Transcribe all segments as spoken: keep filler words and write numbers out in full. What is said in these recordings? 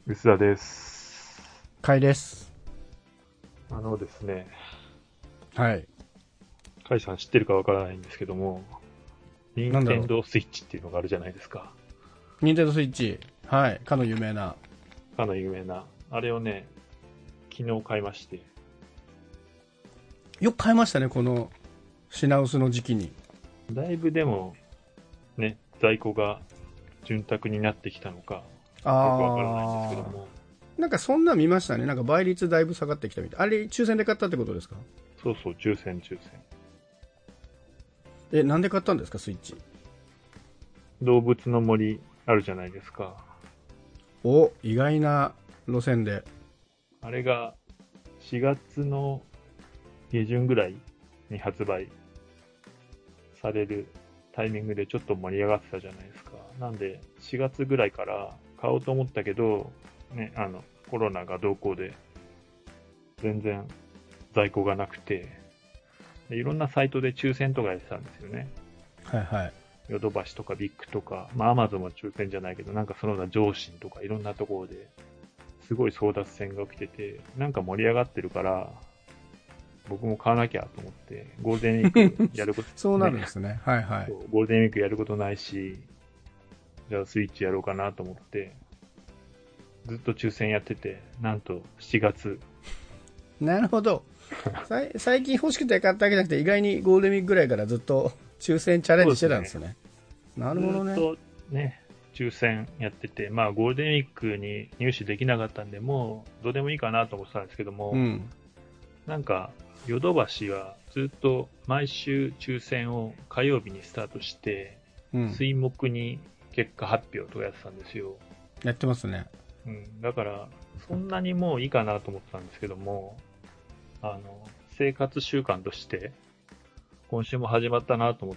薄田です。 かいです。 あのですね、 はい。 甲斐さん知ってるかわからないんですけども、任なんだろう。 天堂スイッチっていうのがあるじゃないですか。 ニンテンドースイッチ。はい。かの有名な。 かの有名な。あれをね、昨日買いまして。 よく買いましたね、この品薄の時期に。 だいぶでも、ね、在庫が潤沢になってきたのか、よくわからないんですけどあも。 ー。なんかそんな見ましたね。なんか倍率だいぶ下がってきたみたい。あれ、抽選で買ったってことですか？ そうそう、抽選抽選。 え、なんで買ったんですか、スイッチ。 動物の森あるじゃないですか。 お、意外な路線で。 あれがしがつの下旬ぐらいに発売されるタイミングでちょっと盛り上がってたじゃないですか。なんで、しがつぐらいから買おうと思ったけど、ね、あの、コロナがどうこうで、全然在庫がなくて、でいろんなサイトで抽選とかやってたんですよね。 はいはい。 ヨドバシとかビッグとか、まあアマゾンも抽選じゃないけど、なんかその他上信とかいろんなところで、すごい争奪戦が起きてて、なんか盛り上がってるから、僕も買わなきゃと思って、ゴールデンウィークやること、 そうなるんね、 ですね。はいはい。 ゴールデンウィークやることないし、じゃあスイッチやろうかなと思って、ずっと抽選やってて、なんとしちがつ。 なるほど。さい最近欲しくて買ったわけじゃなくて、意外にゴールデンウィークぐらいからずっと抽選チャレンジしてたんですね。なるほどね。 ずっとね、抽選やってて、まあゴールデンウィークに入手できなかったんで、もうどうでもいいかなと思ってたんですけども、 うん。 なんか、ヨドバシはずっと毎週抽選を火曜日にスタートして、 うん。 水木に結果発表とかやってたんですよ。 やってますね。 うん、だから、そんなにもういいかなと思ってたんですけども、あの、生活習慣として、今週も始まったなと思って、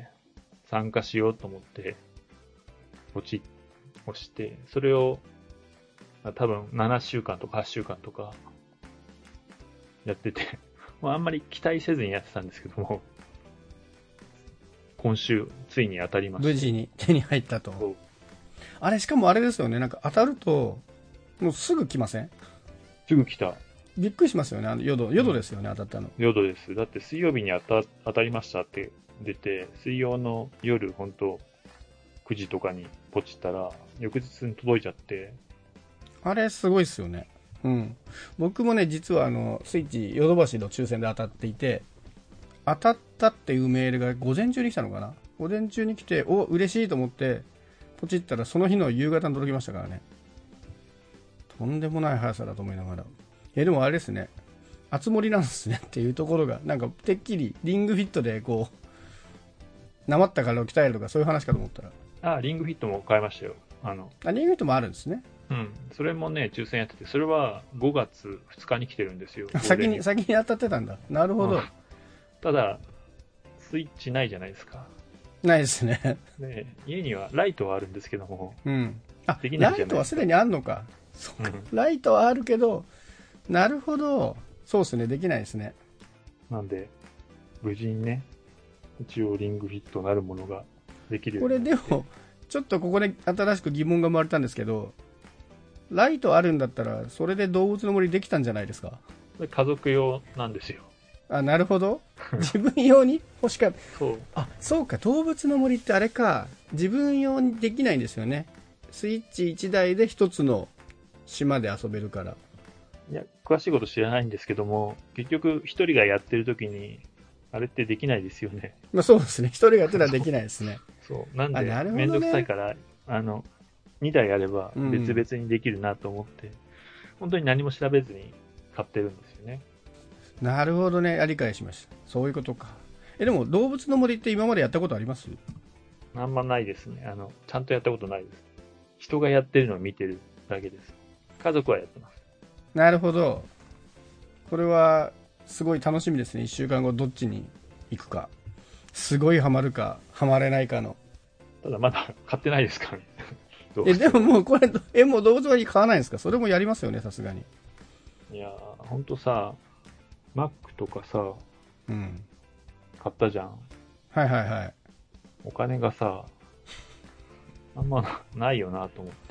参加しようと思って、ポチッ押して、それを、多分ななしゅうかんとかはっしゅうかんとか、やってて、まあ、あんまり期待せずにやってたんですけども、今週、ついに当たりまして。 無事に手に入ったと。 そうあれ、しかもあれですよね。なんか当たると、もうすぐ来ません？ すぐ来た。 びっくりしますよね。あの、淀、淀ですよね、当たったの。 淀です。だって水曜日に当た当たりましたって出て、水曜の夜、本当くじとかにポチったら、翌日に届いちゃって、 あれ、すごいですよね。うん。僕もね、実はあの、スイッチ、ヨドバシの抽選で当たっていて、当たったっていうメールが午前中に来たのかな。午前中に来て、お、嬉しいと思って、ポチったらその日の夕方に届きましたからね。とんでもない速さだと思いながら。え、でもあれですね。熱盛なんですねっていうところが、なんか、てっきりリングフィットでこう、なまった体を鍛えるとかそういう話かと思ったら。 あ、リングフィットも買いましたよ。あの、 あ、リングフィットもあるんですね。 うん。それもね、抽選やってて、それはごがつふつかに来てるんですよ。 先に、先に当たってたんだ。なるほど。 うん、ただ、スイッチないじゃないですか。 ないですね。 ね、家にはライトはあるんですけども、 うん。あ、 できないラじゃないですか。 イトはすでにあんのか。そうか。 うん。 ライトはあるけど、なるほど。そうですね。できないですね。 なんで、無事にね、一応リングフィットなるものができるよこうになって。 れでも、ちょっとここで新しく疑問が生まれたんですけど、ライトあるんだったら、それで動物の森できたんじゃないですか。 これ家族用なんですよ。 あ、なるほど。自分用に欲しかった。 そう。 あ、そうか。動物の森ってあれか。自分用にできないんですよね。スイッチいちだいでひとつの島で遊べるから。 いや、詳しいこと知らないんですけども、結局一人がやってる時に、あれってできないですよね。 まあそうですね。一人がやってたらできないですね。 そう。なんあ、 で、 なるほめんどくさいどね。 から、あの、にだいあれば別うん。 々にできるなと思って、本当に何も調べずに買ってるんですよね。 なるほどね。理解しました。そういうことか。え、でも動物の森って今までやったことあります？ あんまないですね。あの、ちゃんとやったことないです。人がやってるのを見てるだけです。家族はやってます。 なるほど。これはすごい楽しみですね。いっしゅうかんごどっちに行くか。すごいハマるか、ハマれないかの。 ただまだ買ってないですからね。どうえ、でもしても。 もうこれ、え、もう動物の森買わないんですか？それもやりますよね、さすがに。 いやー、ほんとさ、Mac とかさ、 うん。 買ったじゃん。 はいはいはい。 お金がさ、あんまないよなと思って。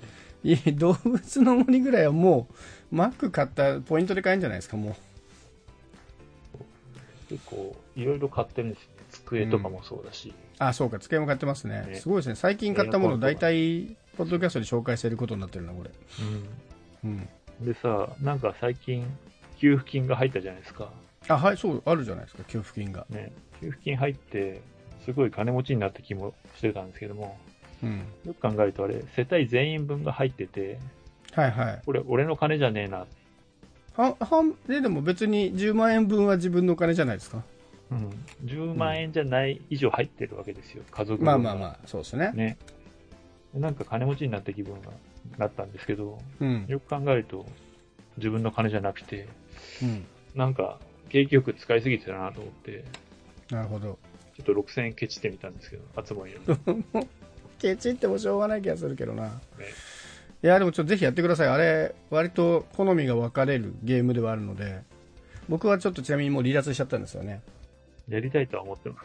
いい動物の森ぐらいはもう、マック買ったポイントで買えるんじゃないですか、もう。 結構、いろいろ買ってるんですよね。机とかもそうだし。 うん、あ、そうか、机も買ってますね。 ね、 すごいですね。最近買ったもの、大体、ポッドキャストで紹介してることになってるな、これ。 うん。うん。でさ、なんか最近、給付金が入ったじゃないですか。 あ、はい、そう、あるじゃないですか、給付金が。 ね。給付金入って、すごい金持ちになった気もしてたんですけども、 うん、 よく考えるとあれ、世帯全員分が入ってて、 はいはい。 これ、俺の金じゃねえな。 は、はで、でも別にじゅうまんえん分は自分のお金じゃないですか。 うん。じゅうまんえんじゃない以上入ってるわけですよ、家族分が。 まあまあまあ、そうですね。 ね。なんか金持ちになった気分がなったんですけど、 うん、 よく考えると、自分の金じゃなくて、 うん、 なんか、景気よく使いすぎてたなと思って、 なるほど。 ちょっとろくせんえんケチってみたんですけど、集まりの。 ケチってもしょうがない気がするけどな。 ね、 いや、でもちょっとぜひやってください。あれ、割と好みが分かれるゲームではあるので、僕はちょっとちなみにもう離脱しちゃったんですよね。 やりたいとは思ってます。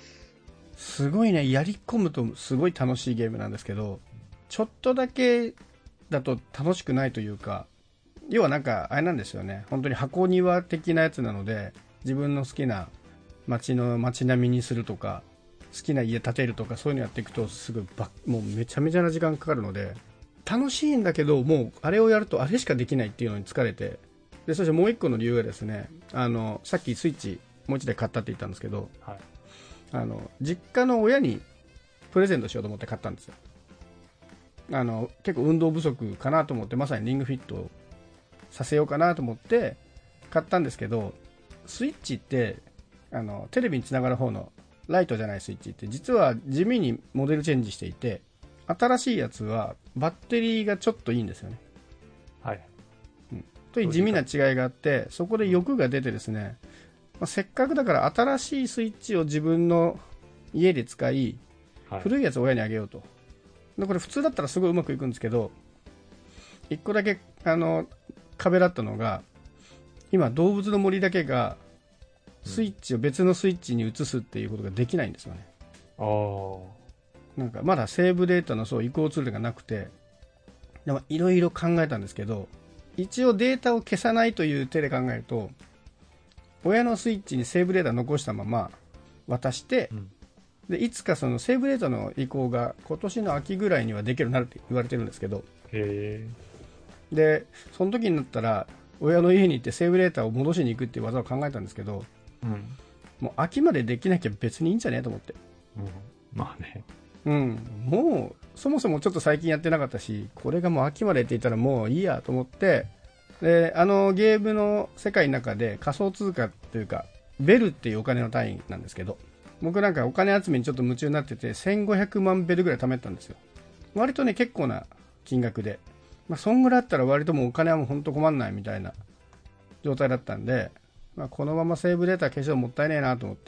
すごいね、やり込むとすごい楽しいゲームなんですけど、ちょっとだけだと楽しくないというか、要はなんか、あれなんですよね。本当に箱庭的なやつなので、自分の好きな街の街並みにするとか、好きな家建てるとか、そういうのやっていくと、すぐばもうめちゃめちゃな時間かかるので、楽しいんだけど、もうあれをやるとあれしかできないっていうのに疲れて、で、そしてもう一個の理由がですね、あの、さっきスイッチもう一台買ったって言ったんですけど、 はい、 あの、実家の親にプレゼントしようと思って買ったんですよ。あの、結構運動不足かなと思って、まさにリングフィットさせようかなと思って買ったんですけど、スイッチってあのテレビにつながる方のライトじゃないスイッチって実は地味にモデルチェンジしていて、新しいやつはバッテリーがちょっといいんですよね。 はい、 うん、という地味な違いがあって、そこで欲が出てですね、まあ、せっかくだから新しいスイッチを自分の家で使い、はい、古いやつを親にあげようと。でこれ普通だったらすごいうまくいくんですけど、いっこだけあの壁だったのが、今動物の森だけがスイッチを別のスイッチに移すっていうことができないんですよね。 ああ。 なんかまだセーブデータのそう移行ツールがなくて、でもいろいろ考えたんですけど、一応データを消さないという手で考えると、親のスイッチにセーブデータ残したまま渡して、うん、でいつかそのセーブデータの移行が今年の秋ぐらいにはできるようになるって言われてるんですけど、 へー。 でその時になったら親の家に行ってセーブデータを戻しに行くっていう技を考えたんですけど、うん、もう秋までできなきゃ別にいいんじゃねえと思って、 うん、まあね、 うん、もうそもそもちょっと最近やってなかったし、これがもう秋までって言ったらもういいやと思って、であのゲームの世界の中で仮想通貨というかベルっていうお金の単位なんですけど、僕なんかお金集めにちょっと夢中になっててせんごひゃくまんベルぐらい貯めたんですよ。割とね結構な金額で、まあ、そんぐらいあったら割ともうお金はもう本当困んないみたいな状態だったんで、まあ、このままセーブデータ消しのもったいねえなと思って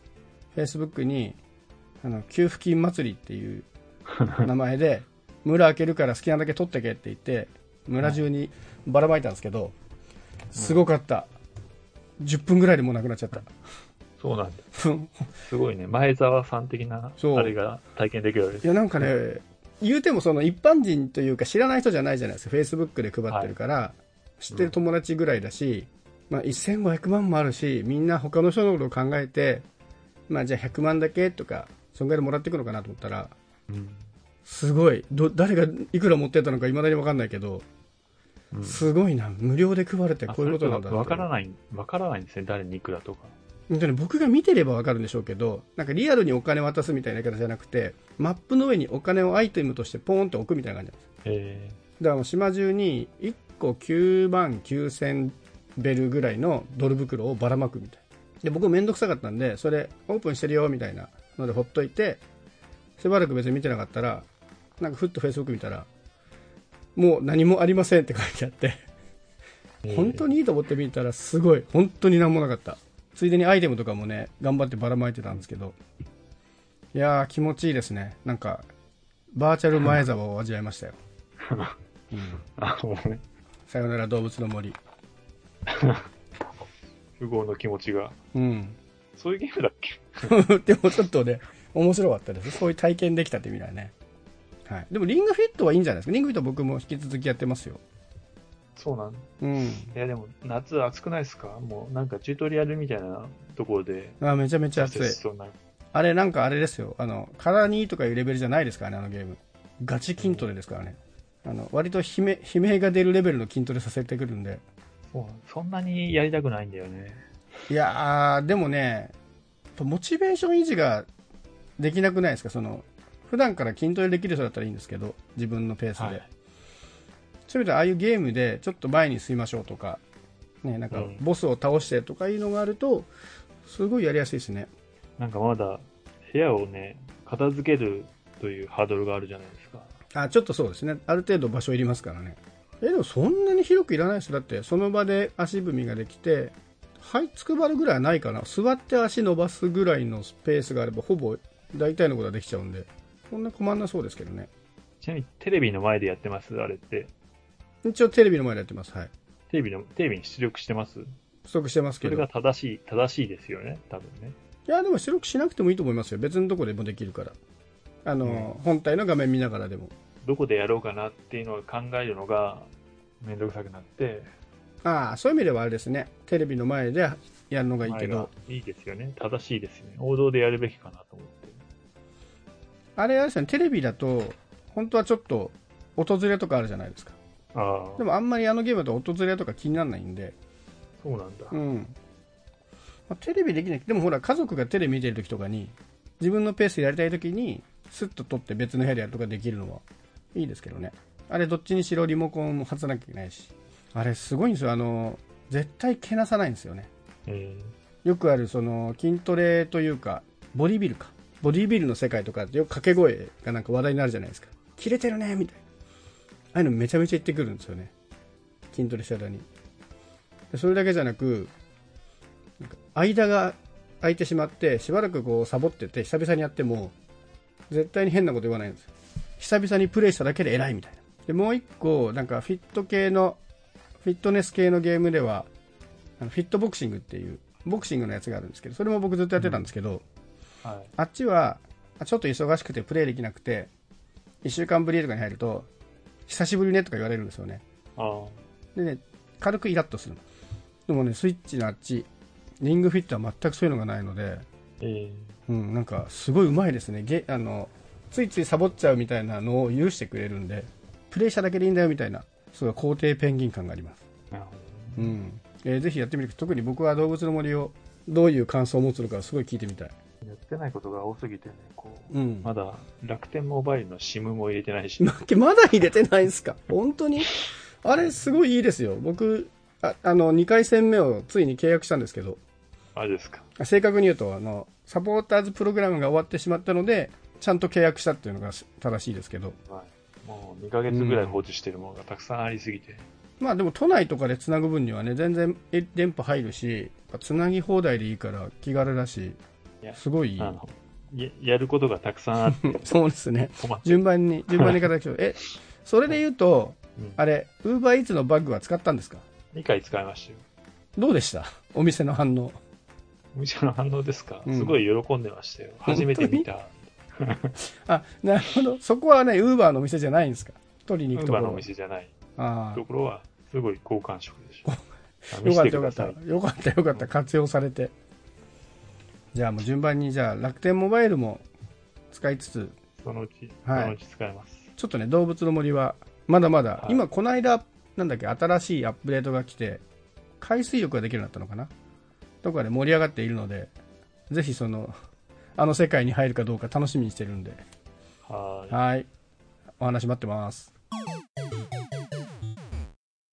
Facebook にあの給付金祭りっていう名前で村開けるから好きなだけ取ってけって言って村中にばらまいたんですけど、すごかった。じゅっぷんぐらいでもうなくなっちゃった。 そうなんだ。すごいね。前澤さん的なあれが体験できるわけです。 いやなんかね、言うてもその一般人というか知らない人じゃないじゃないですか。 Facebook で配ってるから、はい、知ってる友達ぐらいだし、うん、まあ、せんごひゃくまんもあるし、みんな他の人のことを考えて、まあ、じゃあひゃくまんだけとかそんぐらいでもらっていくのかなと思ったら、うん、すごいど誰がいくら持ってたのかいまだに分かんないけど、うん、すごいな、無料で配れてこういうことなんだって。 分からない分からないんですね、誰にいくらとか。 僕が見てれば分かるんでしょうけど、なんかリアルにお金渡すみたいな言い方じゃなくて、マップの上にお金をアイテムとしてポーンと置くみたいな感じなんです。へー。だから島中にいっこきゅうまんきゅうせんベルぐらいのドル袋をばらまくみたいな。で僕めんどくさかったんで、それオープンしてるよみたいなのでほっといて、しばらく別に見てなかったら、なんかふっと Facebook 見たらもう何もありませんって書いてあって、本当にいいと思って見たらすごい本当に何もなかった。ついでにアイテムとかもね頑張ってばらまいてたんですけど、いやー気持ちいいですね。なんかバーチャル前澤を味わいましたよ、うん、あもうね、さよなら動物の森富豪の気持ちが、 うん、 そういうゲームだっけでもちょっとね面白かったです。そういう体験できたって意味だよね。 はい。でもリングフィットはいいんじゃないですか。リングフィット僕も引き続きやってますよ。 そうなんうん。 いやでも、夏暑くないですか？もうなんかチュートリアルみたいなところで、 あ、めちゃめちゃ熱い。 そうなあれなんかあれですよ。あの、体にいいとかいうレベルじゃないですからね、あのゲーム。ガチ筋トレですからね。あの、割と悲鳴、悲鳴が出るレベルの筋トレさせてくるんで。 そうなんそんなにやりたくないんだよね。 いやー、でもね、モチベーション維持ができなくないですか？その、普段から筋トレできる人だったらいいんですけど、自分のペースで。はい、そういう意味ではああいうゲームでちょっと前に進みましょうとか、ね、なんかボスを倒してとかいうのがあると、すごいやりやすいですね。 なんかまだ部屋をね、片付けるというハードルがあるじゃないですか。 あ、ちょっとそうですね。ある程度場所いりますからね。え、でもそんなに広くいらないです。だって、その場で足踏みができて、はいつくばるぐらいはないかな。座って足伸ばすぐらいのスペースがあれば、ほぼ大体のことはできちゃうんで、そんな困んなそうですけどね。 ちなみにテレビの前でやってますあれって。 一応テレビの前でやってます。はい。 テレビの、テレビに出力してます出力してますけど。 それが正しい、正しいですよね、多分ね。 いや、でも出力しなくてもいいと思いますよ。別のとこでもできるから。あの、うん、本体の画面見ながらでも。 どこでやろうかなっていうのを考えるのがめんどくさくなって。 ああ、そういう意味ではあれですね。テレビの前でやるのがいいけど。 いいですよね。正しいですよね。王道でやるべきかなと思って。 あれあれですね、テレビだと、本当はちょっと、訪れとかあるじゃないですか。 ああ。 でもあんまりあのゲームだと訪れとか気にならないんで。 そうなんだ。 うん。まあ、テレビできない。でもほら、家族がテレビ見てる時とかに、自分のペースでやりたい時に、スッと取って別の部屋でやるとかできるのはいいですけどね。あれどっちにしろリモコンも外さなきゃいけないし。あれすごいんですよ。あの、絶対けなさないんですよね。 えー、よくあるその筋トレというか、ボディビルか。ボディビルの世界とかってよく掛け声がなんか話題になるじゃないですか。切れてるねみたいな。ああいうのめちゃめちゃ言ってくるんですよね。筋トレしたらに。それだけじゃなく、なんか間が空いてしまって、しばらくこうサボってて、久々にやっても、絶対に変なこと言わないんですよ。久々にプレイしただけで偉いみたいな。で、もう一個、なんかフィット系の、フィットネス系のゲームでは、あのフィットボクシングっていう、ボクシングのやつがあるんですけど、それも僕ずっとやってたんですけど、うんはい、あっちは、ちょっと忙しくてプレイできなくて、いっしゅうかんぶりとかに入ると、久しぶりねとか言われるんですよね。 あでね、軽くイラッとする。でもね、スイッチのあっち、リングフィットは全くそういうのがないので、 えー、うん、なんかすごいうまいですね。ゲあのついついサボっちゃうみたいなのを許してくれるんで、プレイしただけでいいんだよみたいな、すごい肯定ペンギン感があります。 なるほど、うんえー、ぜひやってみて、特に僕は動物の森をどういう感想を持つのかすごい聞いてみたい。 やってないことが多すぎてね、こう、 うん、 まだ楽天モバイルの シム も入れてないし。 まだ入れてないんですか？本当に？あれすごいいいですよ。僕、ああのにかい戦目をついに契約したんですけど、 あれですか。 正確に言うとあのサポーターズプログラムが終わってしまったので、ちゃんと契約したっていうのが正しいですけど、 はい、もうにかげつぐらい放置してるものがたくさんありすぎて、 うん、まあでも都内とかでつなぐ分にはね、全然電波入るし、つなぎ放題でいいから気軽だし、すごいいい。 あの や, やることがたくさんあってそうですね。順番に順番に形をえそれで言うと、うん、あれウーバーイーツのバッグは使ったんですか？ にかい使いましたよ。 どうでした？お店の反応。 お店の反応ですか？すごい喜んでましたよ。うん、初めて見た。 あ、なるほど。そこはね、ウーバーのお店じゃないんですか？取りに行くところ。 ウーバーのお店じゃない。あところは、すごい好感触でしょ。 よかったよかった。よかったよかった。活用されて。じゃあもう順番に、じゃあ楽天モバイルも使いつつ。 そのうち、はい、そのうち使えます。 ちょっとね、動物の森は、まだまだ、はい、今この間、なんだっけ、新しいアップデートが来て、海水浴ができるようになったのかなとかで盛り上がっているので、ぜひその、あの世界に入るかどうか楽しみにしてるんで。 はい。 はい。お話待ってます。